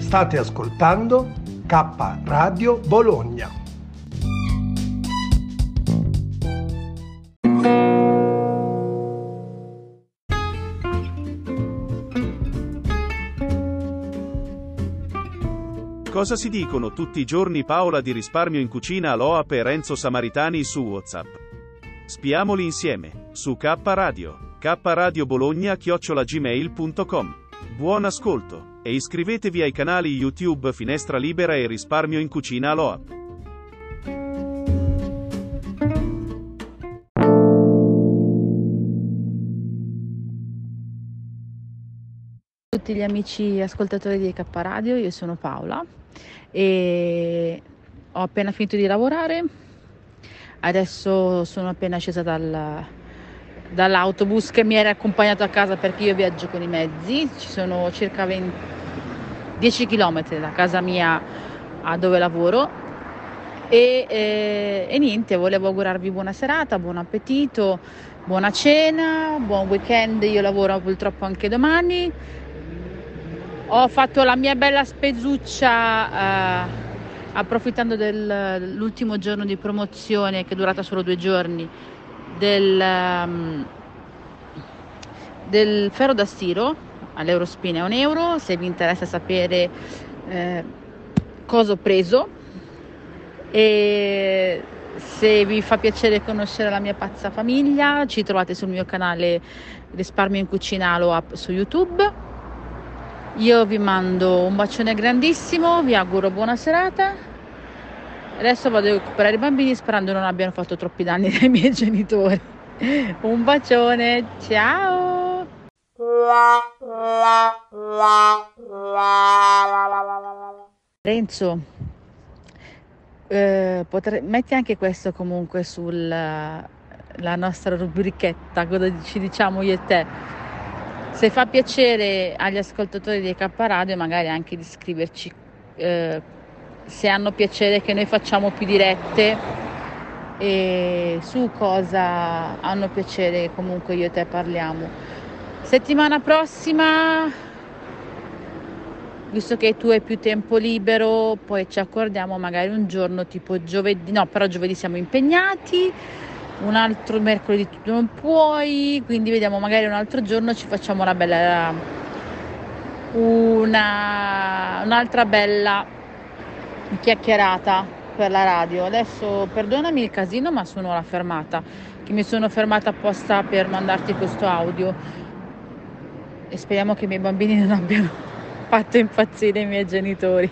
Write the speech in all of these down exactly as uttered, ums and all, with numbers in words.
State ascoltando K Radio Bologna. Cosa si dicono tutti i giorni Paola di Risparmio in Cucina Aloap e Renzo Samaritani su WhatsApp? Spiamoli insieme, su K Radio, K Radio Bologna chiocciola gmail punto com. Buon ascolto, e iscrivetevi ai canali YouTube Finestra Libera e Risparmio in Cucina Aloap. Tutti gli amici ascoltatori di K Radio, io sono Paola e ho appena finito di lavorare, adesso sono appena scesa dal, dall'autobus che mi era accompagnato a casa perché io viaggio con i mezzi, ci sono circa venti, dieci chilometri da casa mia a dove lavoro e, e, e niente, volevo augurarvi buona serata, buon appetito, buona cena, buon weekend, io lavoro purtroppo anche domani. Ho fatto la mia bella spesuccia eh, approfittando dell'ultimo giorno di promozione che è durata solo due giorni del, um, del ferro da stiro all'Eurospin a un euro. Se vi interessa sapere eh, cosa ho preso e se vi fa piacere conoscere la mia pazza famiglia, ci trovate sul mio canale Risparmio in Cucina Aloap su YouTube. Io vi mando un bacione grandissimo, vi auguro buona serata. Adesso vado a recuperare i bambini sperando non abbiano fatto troppi danni ai miei genitori. Un bacione, ciao! Renzo, eh, potre... metti anche questo comunque sulla la nostra rubrichetta, cosa ci diciamo io e te. Se fa piacere agli ascoltatori di K Radio magari anche di scriverci eh, se hanno piacere che noi facciamo più dirette e su cosa hanno piacere comunque io e te parliamo. Settimana prossima, visto che tu hai più tempo libero, poi ci accordiamo magari un giorno tipo giovedì, no però giovedì siamo impegnati, un altro mercoledì tu non puoi, quindi vediamo magari un altro giorno ci facciamo una bella una un'altra bella chiacchierata per la radio. Adesso perdonami il casino, ma sono alla fermata, che mi sono fermata apposta per mandarti questo audio e speriamo che i miei bambini non abbiano fatto impazzire i miei genitori.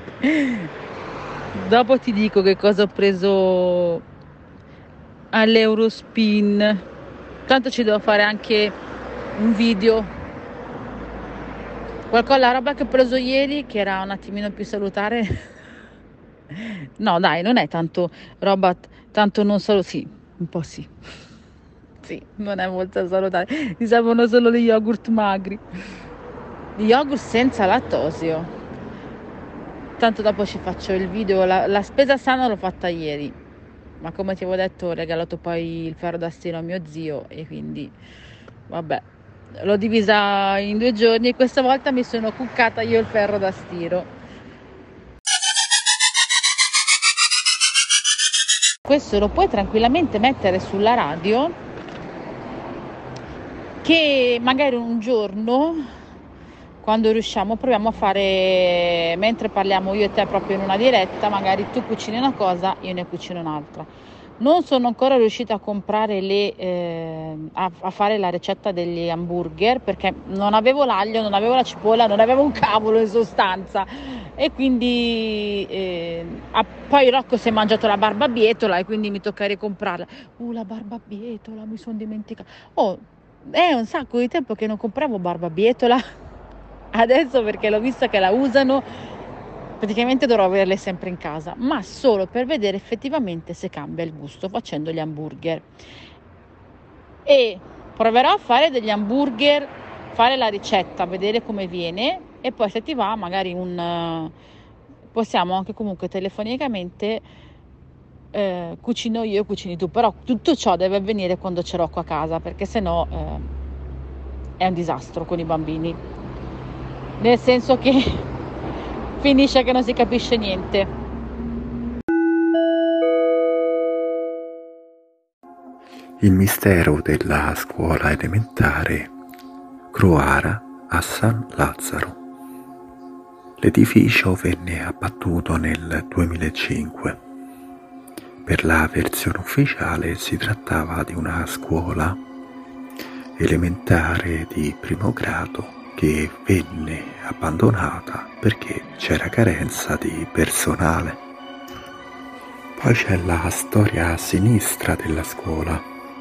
Dopo ti dico che cosa ho preso all'Eurospin, tanto ci devo fare anche un video. Qualcosa, la roba che ho preso ieri che era un attimino più salutare no dai, non è tanto roba, tanto non solo, sì, un po' sì sì, non è molto salutare, mi servono solo gli yogurt magri, gli yogurt senza lattosio, tanto dopo ci faccio il video. La, la spesa sana l'ho fatta ieri, ma come ti avevo detto ho regalato poi il ferro da stiro a mio zio e quindi vabbè, l'ho divisa in due giorni e questa volta mi sono cuccata io il ferro da stiro. Questo lo puoi tranquillamente mettere sulla radio, che magari un giorno quando riusciamo proviamo a fare, mentre parliamo io e te proprio in una diretta, magari tu cucini una cosa, io ne cucino un'altra. Non sono ancora riuscita a comprare le eh, a, a fare la ricetta degli hamburger perché non avevo l'aglio, non avevo la cipolla, non avevo un cavolo in sostanza e quindi eh, ah, poi Rocco si è mangiato la barbabietola e quindi mi tocca ricomprarla. Uh, la barbabietola, mi sono dimenticata. Oh, è un sacco di tempo che non compravo barbabietola. Adesso perché l'ho vista che la usano, praticamente dovrò averle sempre in casa, ma solo per vedere effettivamente se cambia il gusto facendo gli hamburger. E proverò a fare degli hamburger, fare la ricetta, vedere come viene e poi se ti va magari un possiamo anche comunque telefonicamente eh, cucino io e cucini tu, però tutto ciò deve avvenire quando c'è Rocco a casa perché sennò eh, è un disastro con i bambini. Nel senso che finisce che non si capisce niente. Il mistero della scuola elementare Croara a San Lazzaro. L'edificio venne abbattuto nel duemilacinque. Per la versione ufficiale si trattava di una scuola elementare di primo grado che venne abbandonata perché c'era carenza di personale. Poi c'è la storia sinistra della scuola,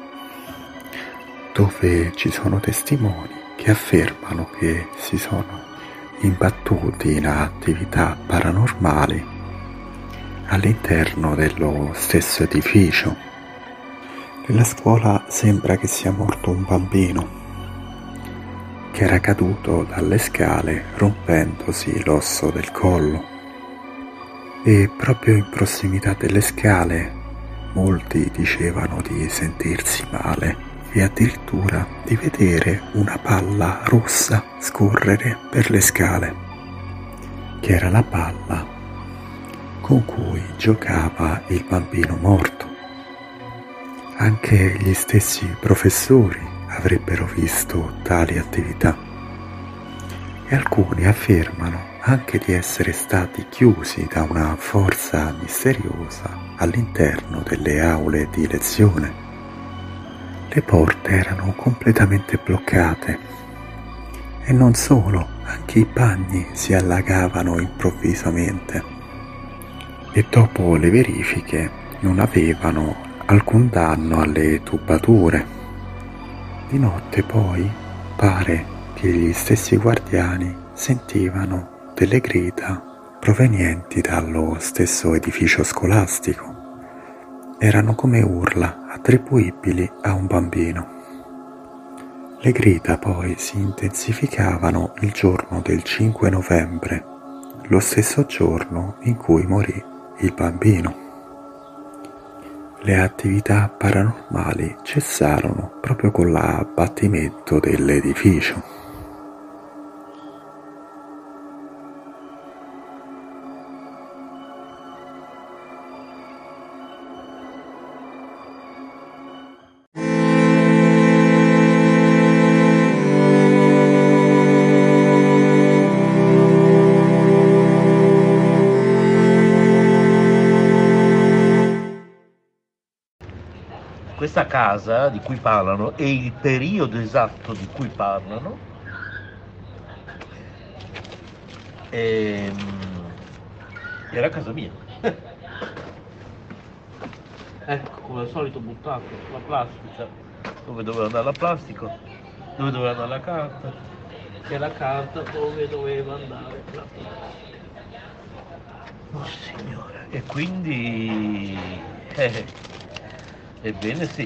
dove ci sono testimoni che affermano che si sono imbattuti in attività paranormali all'interno dello stesso edificio. Nella scuola sembra che sia morto un bambino che era caduto dalle scale rompendosi l'osso del collo, e proprio in prossimità delle scale molti dicevano di sentirsi male e addirittura di vedere una palla rossa scorrere per le scale, che era la palla con cui giocava il bambino morto. Anche gli stessi professori avrebbero visto tali attività e alcuni affermano anche di essere stati chiusi da una forza misteriosa all'interno delle aule di lezione. Le porte erano completamente bloccate e non solo, anche i bagni si allagavano improvvisamente e dopo le verifiche non avevano alcun danno alle tubature. Di notte poi pare che gli stessi guardiani sentivano delle grida provenienti dallo stesso edificio scolastico. Erano come urla attribuibili a un bambino. Le grida poi si intensificavano il giorno del cinque novembre, lo stesso giorno in cui morì il bambino. Le attività paranormali cessarono proprio con l'abbattimento dell'edificio. Questa casa di cui parlano e il periodo esatto di cui parlano ehm, era casa mia. Ecco, come al solito buttato la plastica dove doveva andare la plastica, dove doveva andare la carta, e la carta dove doveva andare la plastica. Oh signore, e quindi eh, ebbene sì,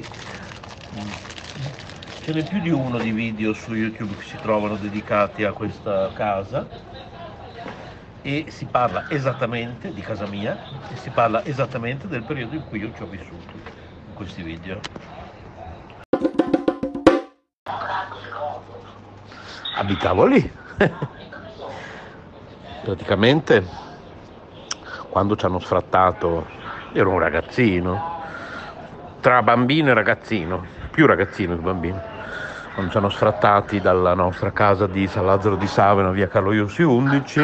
ce n'è più di uno di video su YouTube che si trovano dedicati a questa casa e si parla esattamente di casa mia e si parla esattamente del periodo in cui io ci ho vissuto in questi video. Abitavo lì. Praticamente quando ci hanno sfrattato ero un ragazzino, tra bambino e ragazzino, più ragazzino che bambino, quando ci hanno sfrattati dalla nostra casa di San Lazzaro di Savena, via Carlo Iossi undici,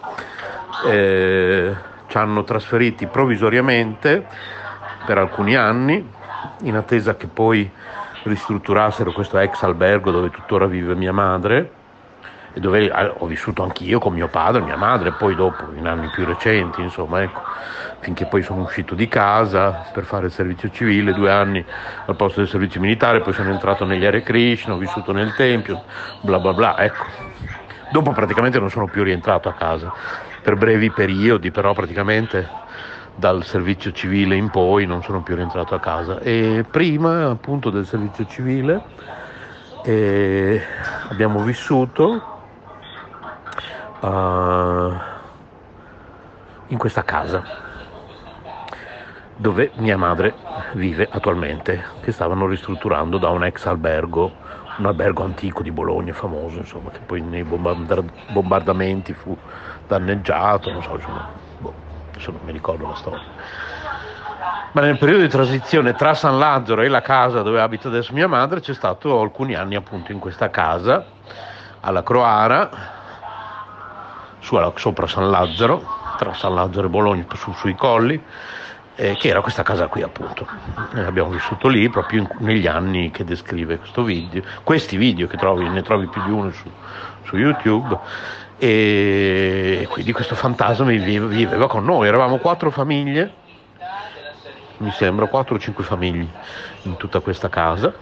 eh, ci hanno trasferiti provvisoriamente per alcuni anni, in attesa che poi ristrutturassero questo ex albergo dove tuttora vive mia madre, e dove ho vissuto anch'io con mio padre e mia madre, poi dopo, in anni più recenti, insomma, ecco, finché poi sono uscito di casa per fare il servizio civile, due anni al posto del servizio militare, poi sono entrato negli Hare Krishna, ho vissuto nel tempio, bla bla bla, ecco. Dopo praticamente non sono più rientrato a casa, per brevi periodi, però praticamente dal servizio civile in poi non sono più rientrato a casa. E prima appunto del servizio civile eh, abbiamo vissuto Uh, in questa casa dove mia madre vive attualmente, che stavano ristrutturando da un ex albergo un albergo antico di Bologna famoso, insomma, che poi nei bombard- bombardamenti fu danneggiato, non so, insomma, boh, adesso non mi ricordo la storia. Ma nel periodo di transizione tra San Lazzaro e la casa dove abita adesso mia madre c'è stato alcuni anni appunto in questa casa alla Croara, su, sopra San Lazzaro, tra San Lazzaro e Bologna, su, sui colli, eh, che era questa casa qui appunto. E abbiamo vissuto lì proprio in, negli anni che descrive questo video, questi video che trovi, ne trovi più di uno su, su YouTube, e quindi questo fantasma viveva, viveva con noi, eravamo quattro famiglie, mi sembra quattro o cinque famiglie in tutta questa casa,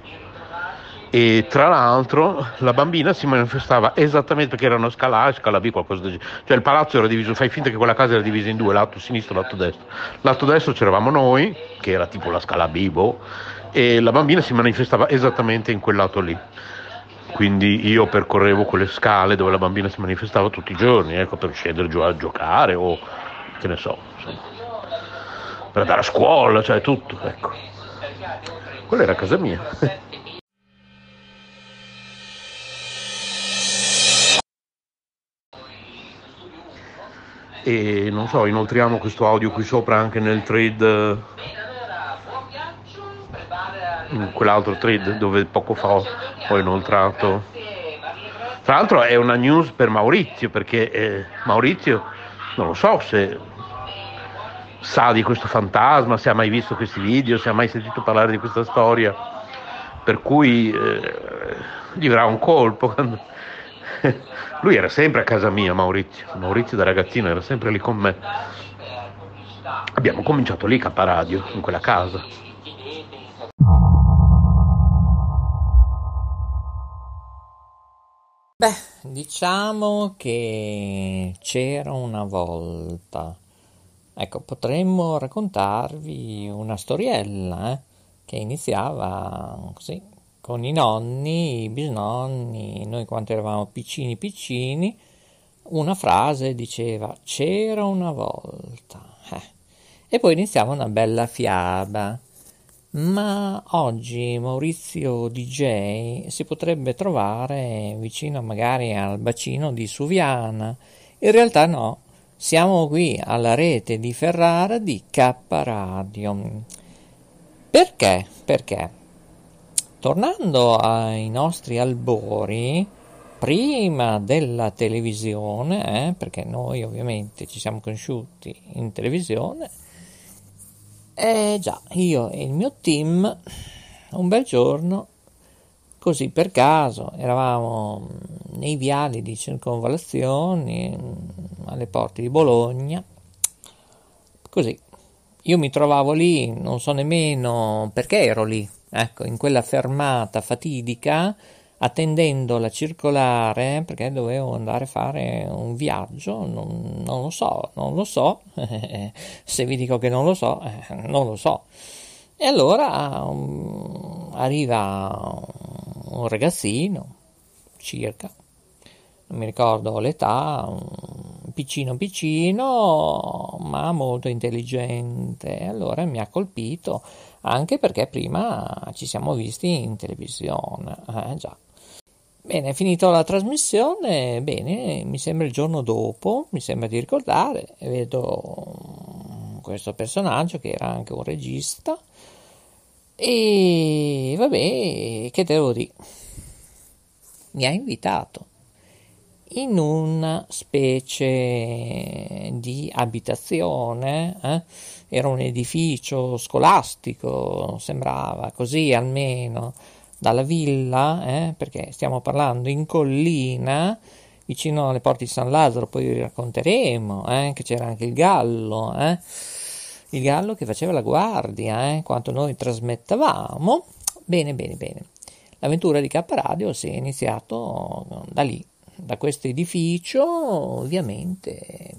e tra l'altro la bambina si manifestava esattamente, perché era una scala A e scala B, qualcosa del genere, cioè il palazzo era diviso, fai finta che quella casa era divisa in due, lato sinistro e lato destro. Lato destro c'eravamo noi, che era tipo la scala B, boh, e la bambina si manifestava esattamente in quel lato lì. Quindi io percorrevo quelle scale dove la bambina si manifestava tutti i giorni, ecco, per scendere giù a giocare o che ne so, insomma, per andare a scuola, cioè tutto, ecco. Quella era casa mia. E non so, inoltriamo questo audio qui sopra anche nel thread, in quell'altro thread dove poco fa ho, ho inoltrato. Tra l'altro è una news per Maurizio, perché eh, Maurizio non lo so se sa di questo fantasma, se ha mai visto questi video, se ha mai sentito parlare di questa storia, per cui eh, gli verrà un colpo quando... Lui era sempre a casa mia, Maurizio Maurizio da ragazzino era sempre lì con me. Abbiamo cominciato lì K Radio, in quella casa. Beh, diciamo che c'era una volta. Ecco, potremmo raccontarvi una storiella, eh, che iniziava così, con i nonni, i bisnonni, noi quando eravamo piccini piccini, una frase diceva c'era una volta, eh. E poi iniziava una bella fiaba. Ma oggi Maurizio D J si potrebbe trovare vicino magari al bacino di Suviana. In realtà no, siamo qui alla rete di Ferrara di K Radio. Perché? Perché? Tornando ai nostri albori, prima della televisione, eh, perché noi ovviamente ci siamo conosciuti in televisione, e già, io e il mio team, un bel giorno, così per caso, eravamo nei viali di circonvallazione, alle porte di Bologna, così. Io mi trovavo lì, non so nemmeno perché ero lì, ecco, in quella fermata fatidica, attendendo la circolare, perché dovevo andare a fare un viaggio, non, non lo so, non lo so, se vi dico che non lo so, eh, non lo so. E allora um, arriva un ragazzino, circa, non mi ricordo l'età, um, piccino piccino, ma molto intelligente. Allora mi ha colpito, anche perché prima ci siamo visti in televisione, eh già. Bene, finito la trasmissione, bene, mi sembra il giorno dopo, mi sembra di ricordare, vedo questo personaggio che era anche un regista, e vabbè, che devo dire, mi ha invitato in una specie di abitazione, eh? Era un edificio scolastico, sembrava così almeno, dalla villa, eh, perché stiamo parlando in collina, vicino alle porte di San Lazzaro. Poi vi racconteremo eh, che c'era anche il gallo, eh, il gallo che faceva la guardia, eh, quanto noi trasmettavamo. Bene, bene, bene. L'avventura di K Radio si è iniziato da lì, da questo edificio, ovviamente.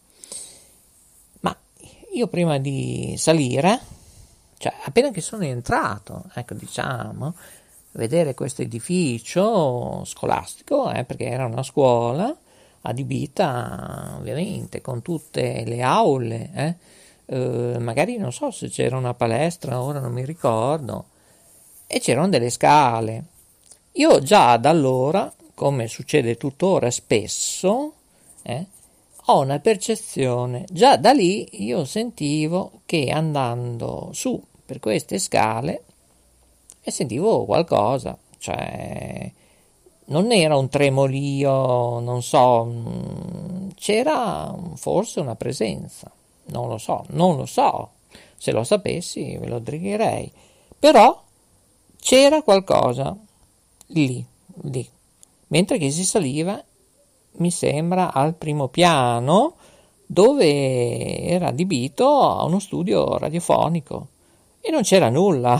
Ma io prima di salire, cioè appena che sono entrato, ecco, diciamo, vedere questo edificio scolastico, eh, perché era una scuola adibita ovviamente con tutte le aule, eh, eh, magari non so se c'era una palestra, ora non mi ricordo, e c'erano delle scale. io già da allora, come succede tuttora spesso, eh, ho una percezione, già da lì io sentivo che andando su per queste scale e sentivo qualcosa, cioè non era un tremolio, non so, c'era forse una presenza, non lo so, non lo so, se lo sapessi ve lo direi, però c'era qualcosa lì, lì, mentre che si saliva, mi sembra, al primo piano, dove era adibito a uno studio radiofonico e non c'era nulla.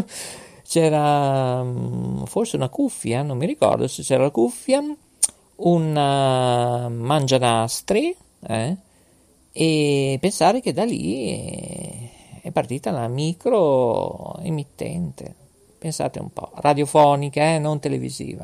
C'era forse una cuffia, non mi ricordo se c'era la cuffia, un mangianastri, eh, e pensare che da lì è partita la micro emittente, pensate un po', radiofonica, eh, non televisiva.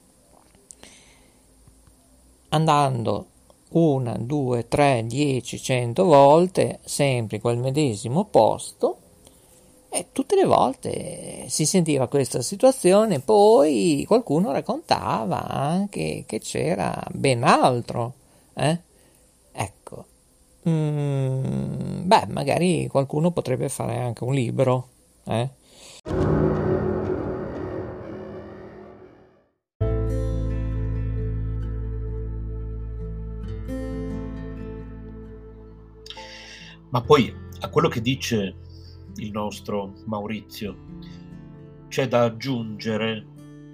Andando una, due, tre, dieci, cento volte, sempre in quel medesimo posto, e tutte le volte si sentiva questa situazione, poi qualcuno raccontava anche che c'era ben altro, eh? Ecco, mm, beh, magari qualcuno potrebbe fare anche un libro, eh? Ma poi a quello che dice il nostro Maurizio c'è da aggiungere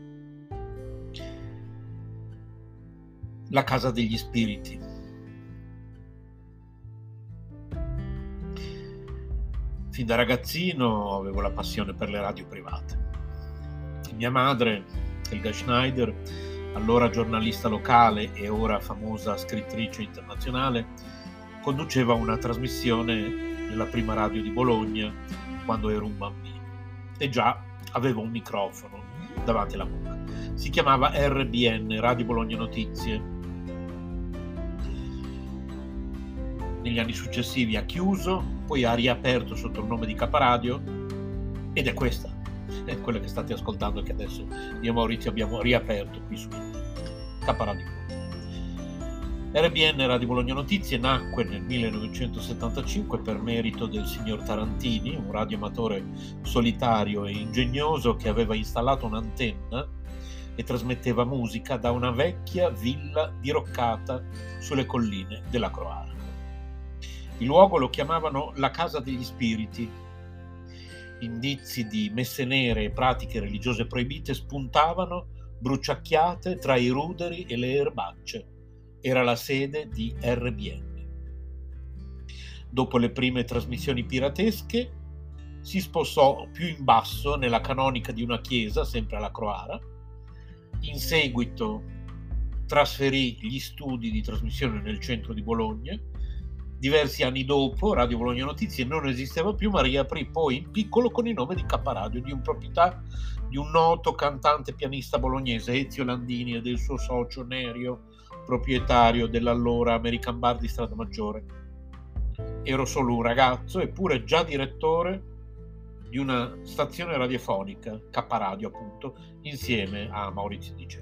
la casa degli spiriti. Fin da ragazzino avevo la passione per le radio private. Mia madre, Helga Schneider, allora giornalista locale e ora famosa scrittrice internazionale, conduceva una trasmissione nella prima radio di Bologna quando ero un bambino e già aveva un microfono davanti alla bocca. Si chiamava R B N, Radio Bologna Notizie. Negli anni successivi ha chiuso, poi ha riaperto sotto il nome di K Radio ed è questa, è quella che state ascoltando, che adesso io e Maurizio abbiamo riaperto qui su K Radio. R B N Radio Bologna Notizie nacque nel millenovecentosettantacinque per merito del signor Tarantini, un radioamatore solitario e ingegnoso che aveva installato un'antenna e trasmetteva musica da una vecchia villa diroccata sulle colline della Croara. Il luogo lo chiamavano la Casa degli Spiriti. Indizi di messe nere e pratiche religiose proibite spuntavano bruciacchiate tra i ruderi e le erbacce. Era la sede di R B N. Dopo le prime trasmissioni piratesche si spostò più in basso nella canonica di una chiesa, sempre alla Croara. In seguito trasferì gli studi di trasmissione nel centro di Bologna. Diversi anni dopo Radio Bologna Notizie non esisteva più, ma riaprì poi in piccolo con il nome di K Radio, di un proprietà di un noto cantante pianista bolognese, Ezio Landini, e del suo socio Nerio, proprietario dell'allora American Bar di Strada Maggiore. Ero solo un ragazzo, eppure già direttore di una stazione radiofonica, K Radio appunto, insieme a Maurizio Dice.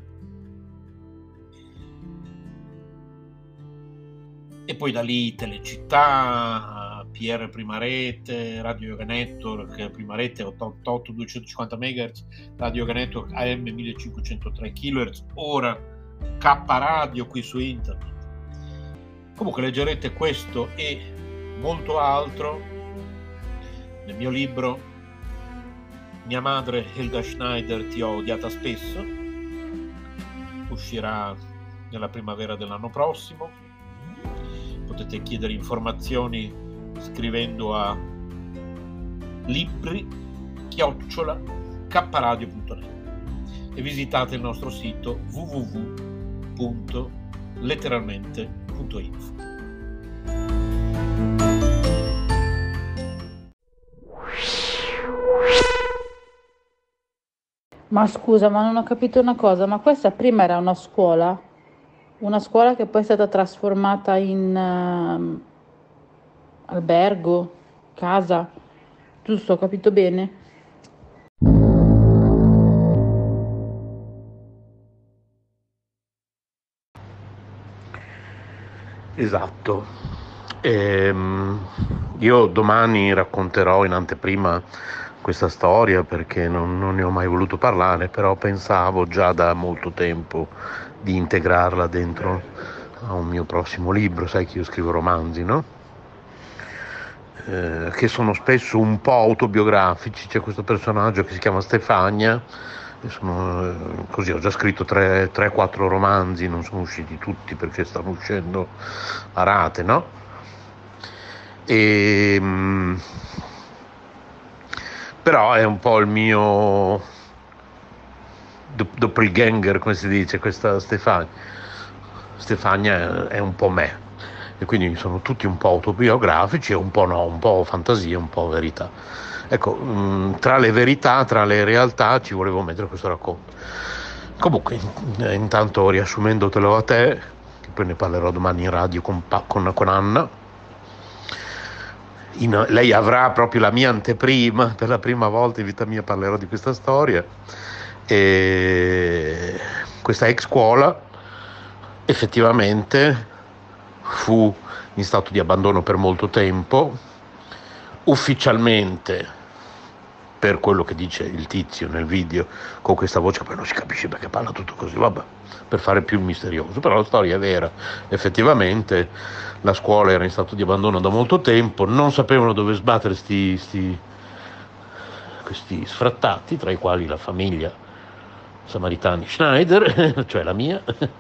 E poi da lì Telecittà, P R Prima Rete, Radio Yoga Network, Prima Rete ottantotto duecentocinquanta megahertz, Radio Yoga Network A M millecinquecentotre chilohertz, ora K Radio qui su internet. Comunque leggerete questo e molto altro nel mio libro Mia madre Helga Schneider ti ho odiata spesso. Uscirà nella primavera dell'anno prossimo. Potete chiedere informazioni scrivendo a libri chiocciola kradio punto net e visitate il nostro sito w w w punto letteralmente punto info. Ma scusa, ma non ho capito una cosa, ma questa prima era una scuola? Una scuola che poi è stata trasformata in uh, albergo, casa, giusto? Ho capito bene? Esatto. Ehm, io domani racconterò in anteprima questa storia perché non, non ne ho mai voluto parlare, però pensavo già da molto tempo di integrarla dentro a un mio prossimo libro. Sai che io scrivo romanzi, no? Eh, che sono spesso un po' autobiografici. C'è questo personaggio che si chiama Stefania, e sono, eh, così ho già scritto tre quattro romanzi, non sono usciti tutti perché stanno uscendo a rate, no? E, mh, però è un po' il mio doppelganger, come si dice, questa Stefania. Stefania è un po' me, e quindi sono tutti un po' autobiografici e un po' no, un po' fantasia, un po' verità. Ecco, mh, tra le verità, tra le realtà ci volevo mettere questo racconto. Comunque, intanto riassumendotelo a te, che poi ne parlerò domani in radio con, con, con Anna, in, lei avrà proprio la mia anteprima, per la prima volta in vita mia parlerò di questa storia. E questa ex scuola effettivamente fu in stato di abbandono per molto tempo. Ufficialmente, per quello che dice il tizio nel video, con questa voce che poi non si capisce perché parla tutto così, vabbè, per fare più misterioso, però la storia è vera. Effettivamente la scuola era in stato di abbandono da molto tempo, non sapevano dove sbattere sti, sti, questi sfrattati, tra i quali la famiglia Samaritani Schneider, cioè la mia,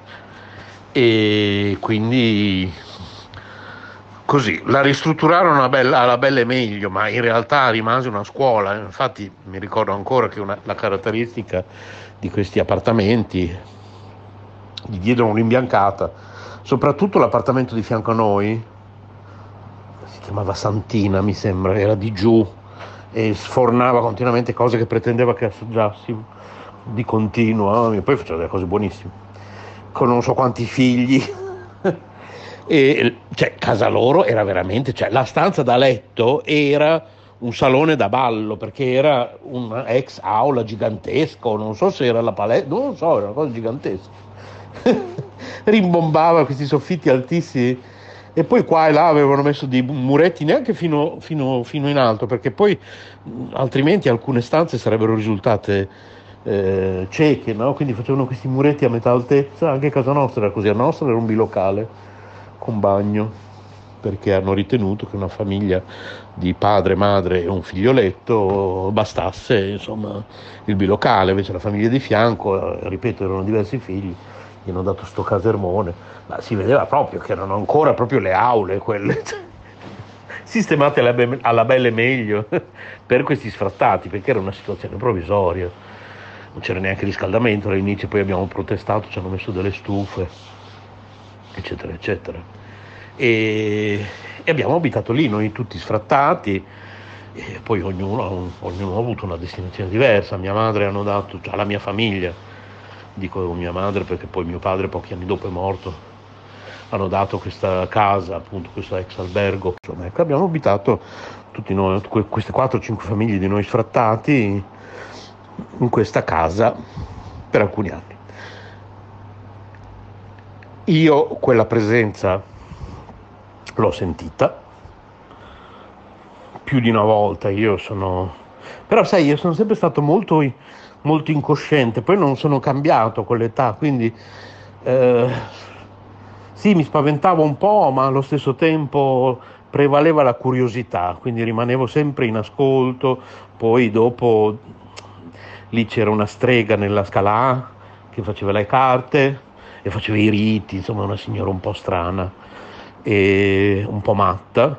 e quindi così la ristrutturarono alla bella, alla bella e meglio, ma in realtà rimase una scuola. Infatti mi ricordo ancora che una, la caratteristica di questi appartamenti gli diedero un'imbiancata, soprattutto l'appartamento di fianco a noi, si chiamava Santina mi sembra, era di giù e sfornava continuamente cose che pretendeva che assaggiassi di continuo, e poi faceva delle cose buonissime, con non so quanti figli. E cioè, casa loro era veramente, cioè la stanza da letto era un salone da ballo, perché era una ex aula gigantesco, non so se era la palestra, non lo so, era una cosa gigantesca. Rimbombava questi soffitti altissimi, e poi qua e là avevano messo dei muretti neanche fino, fino, fino in alto, perché poi altrimenti alcune stanze sarebbero risultate eh, cieche, no? Quindi facevano questi muretti a metà altezza. Anche casa nostra era così, la nostra era un bilocale con bagno, perché hanno ritenuto che una famiglia di padre, madre e un figlioletto bastasse, insomma, il bilocale. Invece la famiglia di fianco, ripeto, erano diversi figli, gli hanno dato sto casermone, ma si vedeva proprio che erano ancora proprio le aule quelle sistemate alla, be- alla belle meglio per questi sfrattati, perché era una situazione provvisoria, non c'era neanche riscaldamento all'inizio, poi abbiamo protestato, ci hanno messo delle stufe, eccetera eccetera, e, e abbiamo abitato lì noi tutti sfrattati, e poi ognuno, ognuno ha avuto una destinazione diversa. Mia madre hanno dato, cioè la mia famiglia, dico mia madre perché poi mio padre pochi anni dopo è morto, hanno dato questa casa, appunto questo ex albergo, insomma, ecco, abbiamo abitato tutti noi, queste quattro cinque famiglie di noi sfrattati in questa casa per alcuni anni. Io quella presenza l'ho sentita più di una volta. Io sono, però sai, io sono sempre stato molto, molto incosciente, poi non sono cambiato con l'età, quindi eh, sì, mi spaventavo un po', ma allo stesso tempo prevaleva la curiosità, quindi rimanevo sempre in ascolto. Poi dopo lì c'era una strega nella scala A che faceva le carte e faceva i riti, insomma una signora un po' strana e un po' matta.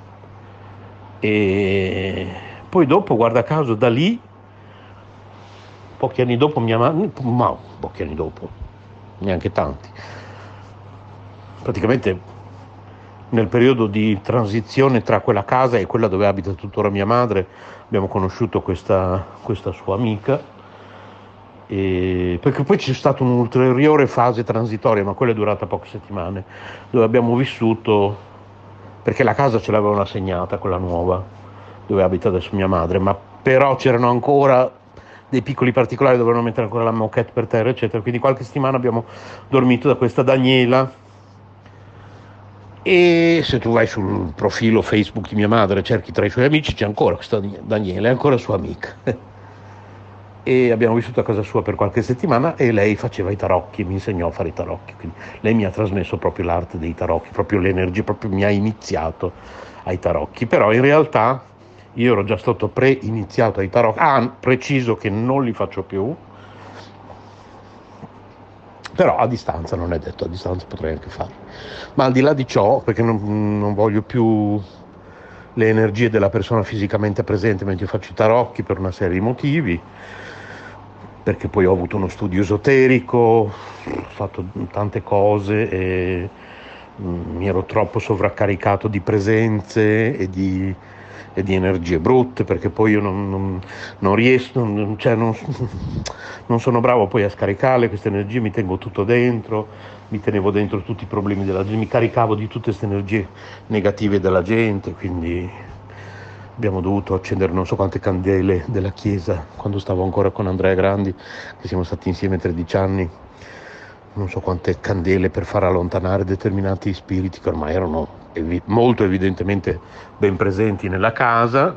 E poi dopo, guarda caso, da lì, pochi anni dopo, mia madre, ma pochi anni dopo, neanche tanti, praticamente nel periodo di transizione tra quella casa e quella dove abita tuttora mia madre, abbiamo conosciuto questa, questa sua amica. E perché poi c'è stata un'ulteriore fase transitoria, ma quella è durata poche settimane, dove abbiamo vissuto, perché la casa ce l'avevano assegnata, quella nuova dove abita adesso mia madre, ma però c'erano ancora dei piccoli particolari, dovevano mettere ancora la moquette per terra eccetera, quindi qualche settimana abbiamo dormito da questa Daniela, E se tu vai sul profilo Facebook di mia madre, cerchi tra i suoi amici, c'è ancora questa Daniela, è ancora sua amica. E abbiamo vissuto a casa sua per qualche settimana e lei faceva i tarocchi, mi insegnò a fare i tarocchi, quindi lei mi ha trasmesso proprio l'arte dei tarocchi, proprio l'energia, proprio mi ha iniziato ai tarocchi. Però in realtà io ero già stato pre-iniziato ai tarocchi, ah, preciso che non li faccio più, però a distanza, non è detto, a distanza potrei anche farli. Ma al di là di ciò, perché non, non voglio più le energie della persona fisicamente presente mentre io faccio i tarocchi per una serie di motivi, perché poi ho avuto uno studio esoterico, ho fatto tante cose e mm, mi ero troppo sovraccaricato di presenze e di, e di energie brutte, perché poi io non, non, non riesco, non, cioè non, non sono bravo poi a scaricarle queste energie, mi tengo tutto dentro, mi tenevo dentro tutti i problemi della gente, mi caricavo di tutte queste energie negative della gente, quindi abbiamo dovuto accendere non so quante candele della chiesa quando stavo ancora con Andrea Grandi, che siamo stati insieme tredici anni, non so quante candele per far allontanare determinati spiriti che ormai erano evi- molto evidentemente ben presenti nella casa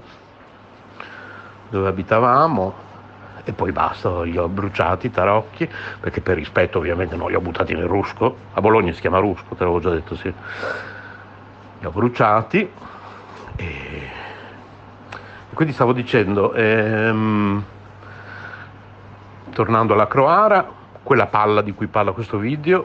dove abitavamo, e poi basta, li ho bruciati i tarocchi, perché per rispetto ovviamente non li ho buttati nel rusco, a Bologna si chiama rusco, te l'avevo già detto, sì, li ho bruciati. E quindi stavo dicendo, ehm, tornando alla Croara, quella palla di cui parla questo video,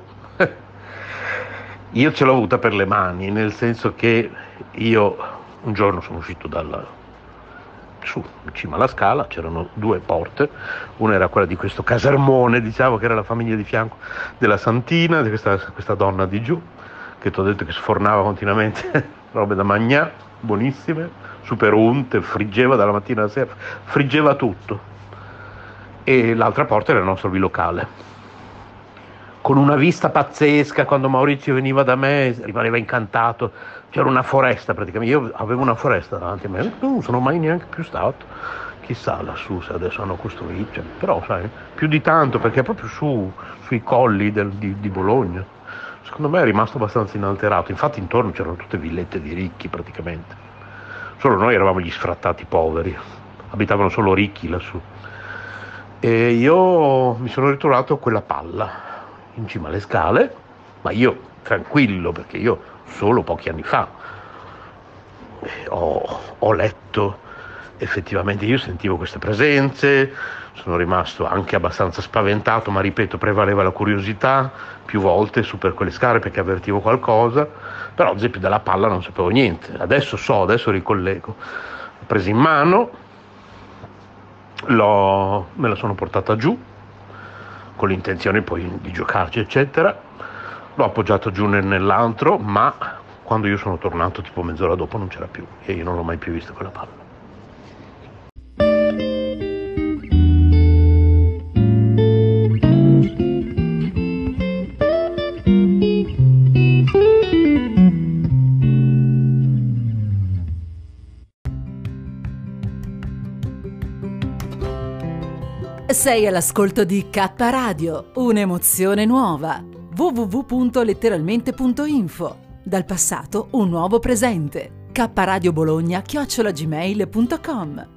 io ce l'ho avuta per le mani, nel senso che io un giorno sono uscito dalla, su, in cima alla scala, c'erano due porte, una era quella di questo casermone, diciamo, che era la famiglia di fianco della Santina, di questa, questa donna di giù, che ti ho detto che sfornava continuamente robe da mangiare, buonissime, super unte, friggeva dalla mattina alla sera, friggeva tutto. E l'altra porta era il nostro bilocale, con una vista pazzesca. Quando Maurizio veniva da me rimaneva incantato, c'era una foresta praticamente, io avevo una foresta davanti a me, non sono mai neanche più stato, chissà lassù se adesso hanno costruito, cioè, però sai, più di tanto, perché è proprio su, sui colli del, di, di Bologna, secondo me è rimasto abbastanza inalterato, infatti intorno c'erano tutte villette di ricchi praticamente. Solo noi eravamo gli sfrattati poveri, abitavano solo ricchi lassù. E io mi sono ritrovato quella palla in cima alle scale, ma io tranquillo, perché io solo pochi anni fa ho, ho letto, effettivamente io sentivo queste presenze, sono rimasto anche abbastanza spaventato, ma ripeto, prevaleva la curiosità, più volte su per quelle scale perché avvertivo qualcosa, però ad esempio della palla non sapevo niente, adesso so, adesso ricollego. L'ho presa in mano, l'ho, me la sono portata giù, con l'intenzione poi di giocarci eccetera, l'ho appoggiato giù nel, nell'antro, ma quando io sono tornato tipo mezz'ora dopo non c'era più e io non l'ho mai più vista quella palla. Sei all'ascolto di K Radio, un'emozione nuova. w w w punto letteralmente punto info. Dal passato un nuovo presente. K Radio Bologna chiocciola gmail punto com.